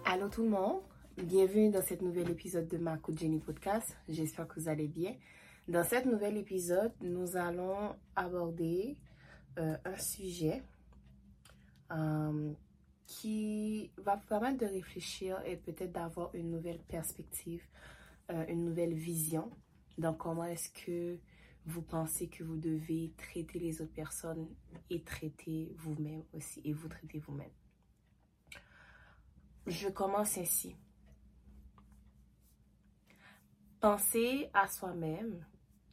Allô tout le monde, bienvenue dans cet nouvel épisode de ma Jenny Podcast. J'espère que vous allez bien. Dans cet nouvel épisode, nous allons aborder un sujet qui va vous permettre de réfléchir et peut-être d'avoir une nouvelle perspective, une nouvelle vision dans comment est-ce que vous pensez que vous devez traiter les autres personnes et traiter vous-même aussi, et vous traiter vous-même. Je commence ainsi. Penser à soi-même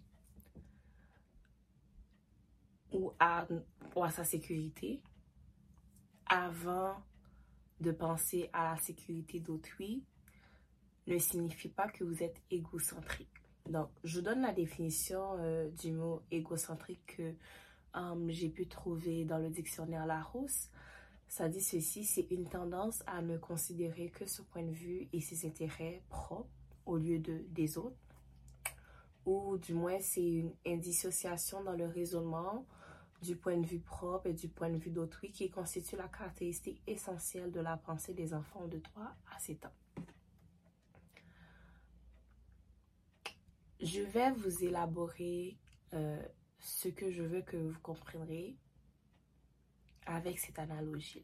ou à sa sécurité avant de penser à la sécurité d'autrui ne signifie pas que vous êtes égocentrique. Donc, je donne la définition du mot égocentrique que j'ai pu trouver dans le dictionnaire Larousse. Ça dit ceci: c'est une tendance à ne considérer que son point de vue et ses intérêts propres au lieu des autres, ou du moins c'est une indissociation dans le raisonnement du point de vue propre et du point de vue d'autrui qui constitue la caractéristique essentielle de la pensée des enfants de 3 à 7 ans. Je vais vous élaborer ce que je veux que vous compreniez avec cette analogie.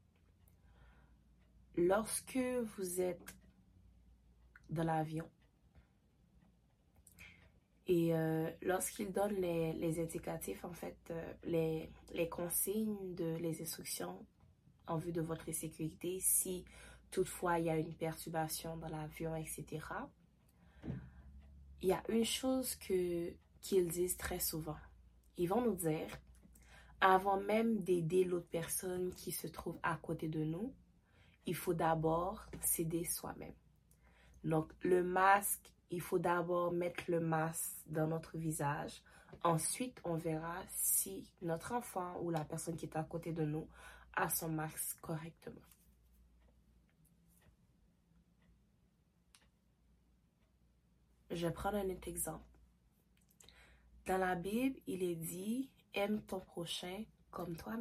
Lorsque vous êtes dans l'avion et lorsqu'il donne les indicatifs, en fait, les consignes, les instructions en vue de votre sécurité, si toutefois il y a une perturbation dans l'avion, etc., il y a une chose qu'ils disent très souvent. Ils vont nous dire, avant même d'aider l'autre personne qui se trouve à côté de nous, il faut d'abord s'aider soi-même. Donc, le masque, il faut d'abord mettre le masque dans notre visage. Ensuite, on verra si notre enfant ou la personne qui est à côté de nous a son masque correctement. Je vais prendre un autre exemple. Dans la Bible, il est dit « Aime ton prochain comme toi-même ».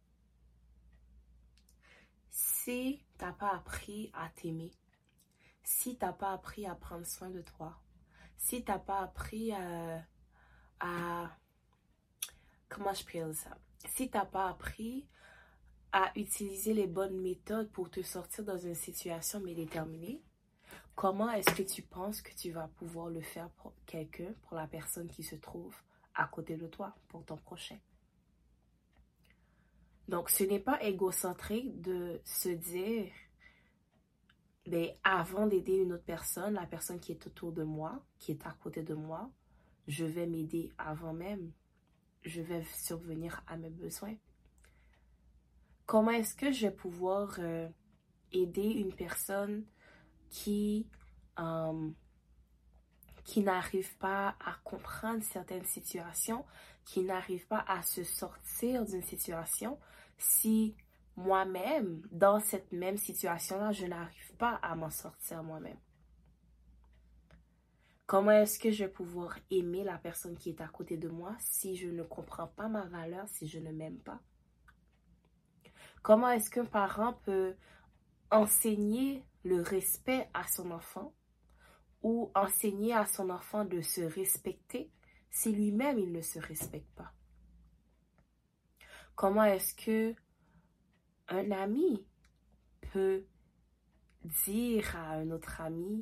Si tu n'as pas appris à t'aimer, si tu n'as pas appris à prendre soin de toi, si tu n'as pas appris comment je peux dire ça? Si tu n'as pas appris à utiliser les bonnes méthodes pour te sortir dans une situation bien déterminée, comment est-ce que tu penses que tu vas pouvoir le faire pour quelqu'un, pour la personne qui se trouve à côté de toi, pour ton prochain? Donc, ce n'est pas égocentrique de se dire, ben, avant d'aider une autre personne, la personne qui est autour de moi, qui est à côté de moi, je vais m'aider avant même. Je vais subvenir à mes besoins. Comment est-ce que je vais pouvoir aider une personne qui n'arrive pas à comprendre certaines situations, qui n'arrive pas à se sortir d'une situation, si moi-même, dans cette même situation-là, je n'arrive pas à m'en sortir moi-même? Comment est-ce que je vais pouvoir aimer la personne qui est à côté de moi si je ne comprends pas ma valeur, si je ne m'aime pas? Comment est-ce qu'un parent peut enseigner le respect à son enfant ou enseigner à son enfant de se respecter si lui-même il ne se respecte pas? Comment est-ce que un ami peut dire à un autre ami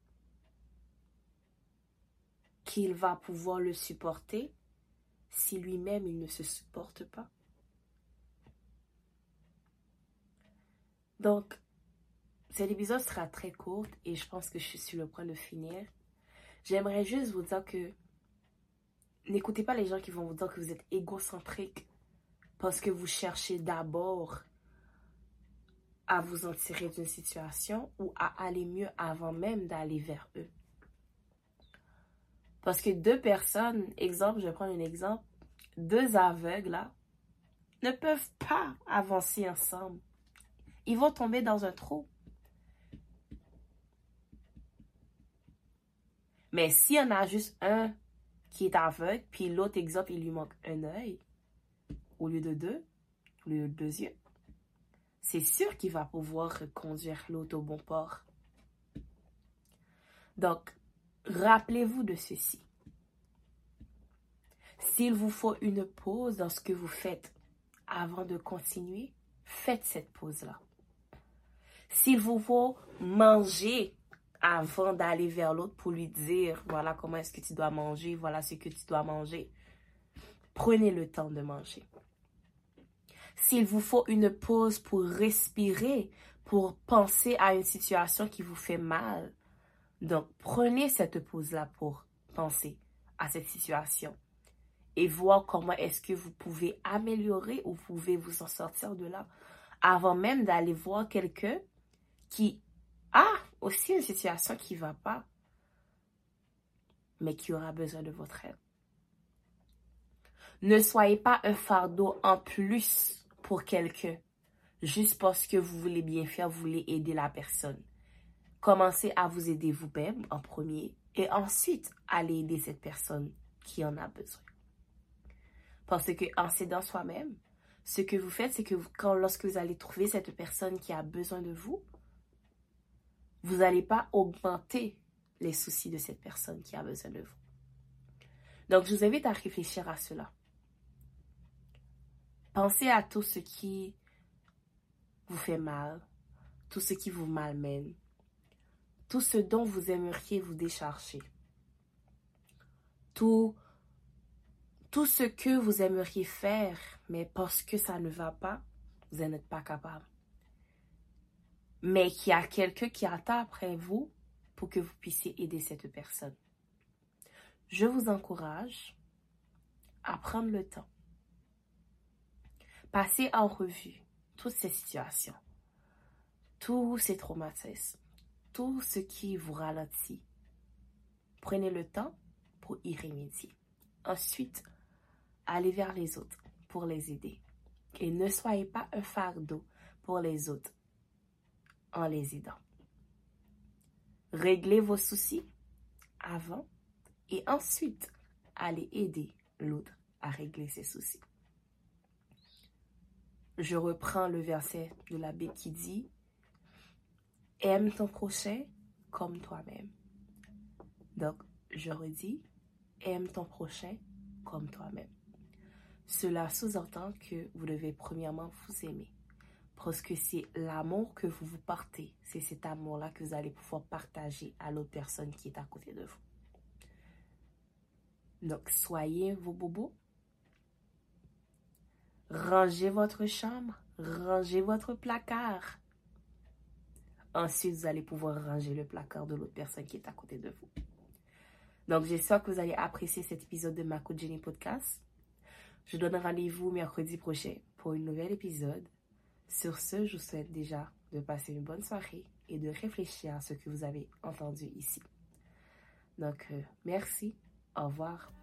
qu'il va pouvoir le supporter si lui-même il ne se supporte pas? Donc, cet épisode sera très court et je pense que je suis sur le point de finir. J'aimerais juste vous dire que n'écoutez pas les gens qui vont vous dire que vous êtes égocentrique parce que vous cherchez d'abord à vous en tirer d'une situation ou à aller mieux avant même d'aller vers eux. Parce que 2 personnes, exemple, je vais prendre un exemple, 2 aveugles là, ne peuvent pas avancer ensemble. Ils vont tomber dans un trou. Mais s'il y en a juste un qui est aveugle, puis l'autre, exemple, il lui manque un œil, au lieu de 2, au lieu de 2 yeux, c'est sûr qu'il va pouvoir conduire l'autre au bon port. Donc, rappelez-vous de ceci. S'il vous faut une pause dans ce que vous faites avant de continuer, faites cette pause-là. S'il vous faut manger avant d'aller vers l'autre pour lui dire, voilà comment est-ce que tu dois manger, voilà ce que tu dois manger, prenez le temps de manger. S'il vous faut une pause pour respirer, pour penser à une situation qui vous fait mal, donc prenez cette pause-là pour penser à cette situation et voir comment est-ce que vous pouvez améliorer ou vous pouvez vous en sortir de là avant même d'aller voir quelqu'un qui a aussi une situation qui ne va pas, mais qui aura besoin de votre aide. Ne soyez pas un fardeau en plus pour quelqu'un, juste parce que vous voulez bien faire, vous voulez aider la personne. Commencez à vous aider vous-même en premier et ensuite allez aider cette personne qui en a besoin. Parce que en s'aidant soi-même, ce que vous faites, c'est que lorsque vous allez trouver cette personne qui a besoin de vous, vous n'allez pas augmenter les soucis de cette personne qui a besoin de vous. Donc, je vous invite à réfléchir à cela. Pensez à tout ce qui vous fait mal, tout ce qui vous malmène, tout ce dont vous aimeriez vous décharger, tout ce que vous aimeriez faire, mais parce que ça ne va pas, vous n'en êtes pas capable. Mais qu'il y a quelqu'un qui attend après vous pour que vous puissiez aider cette personne. Je vous encourage à prendre le temps. Passez en revue toutes ces situations, tous ces traumatismes, tout ce qui vous ralentit. Prenez le temps pour y remédier. Ensuite, allez vers les autres pour les aider. Et ne soyez pas un fardeau pour les autres en les aidant. Réglez vos soucis avant et ensuite allez aider l'autre à régler ses soucis. Je reprends le verset de la Bible qui dit « Aime ton prochain comme toi-même ». Donc, je redis « Aime ton prochain comme toi-même ». Cela sous-entend que vous devez premièrement vous aimer. Parce que c'est l'amour que vous vous partez. C'est cet amour-là que vous allez pouvoir partager à l'autre personne qui est à côté de vous. Donc, soyez vos bobos. Rangez votre chambre. Rangez votre placard. Ensuite, vous allez pouvoir ranger le placard de l'autre personne qui est à côté de vous. Donc, j'espère que vous allez apprécier cet épisode de Ma Coach Jenny Podcast. Je donne rendez-vous mercredi prochain pour un nouvel épisode. Sur ce, je vous souhaite déjà de passer une bonne soirée et de réfléchir à ce que vous avez entendu ici. Donc, merci, au revoir.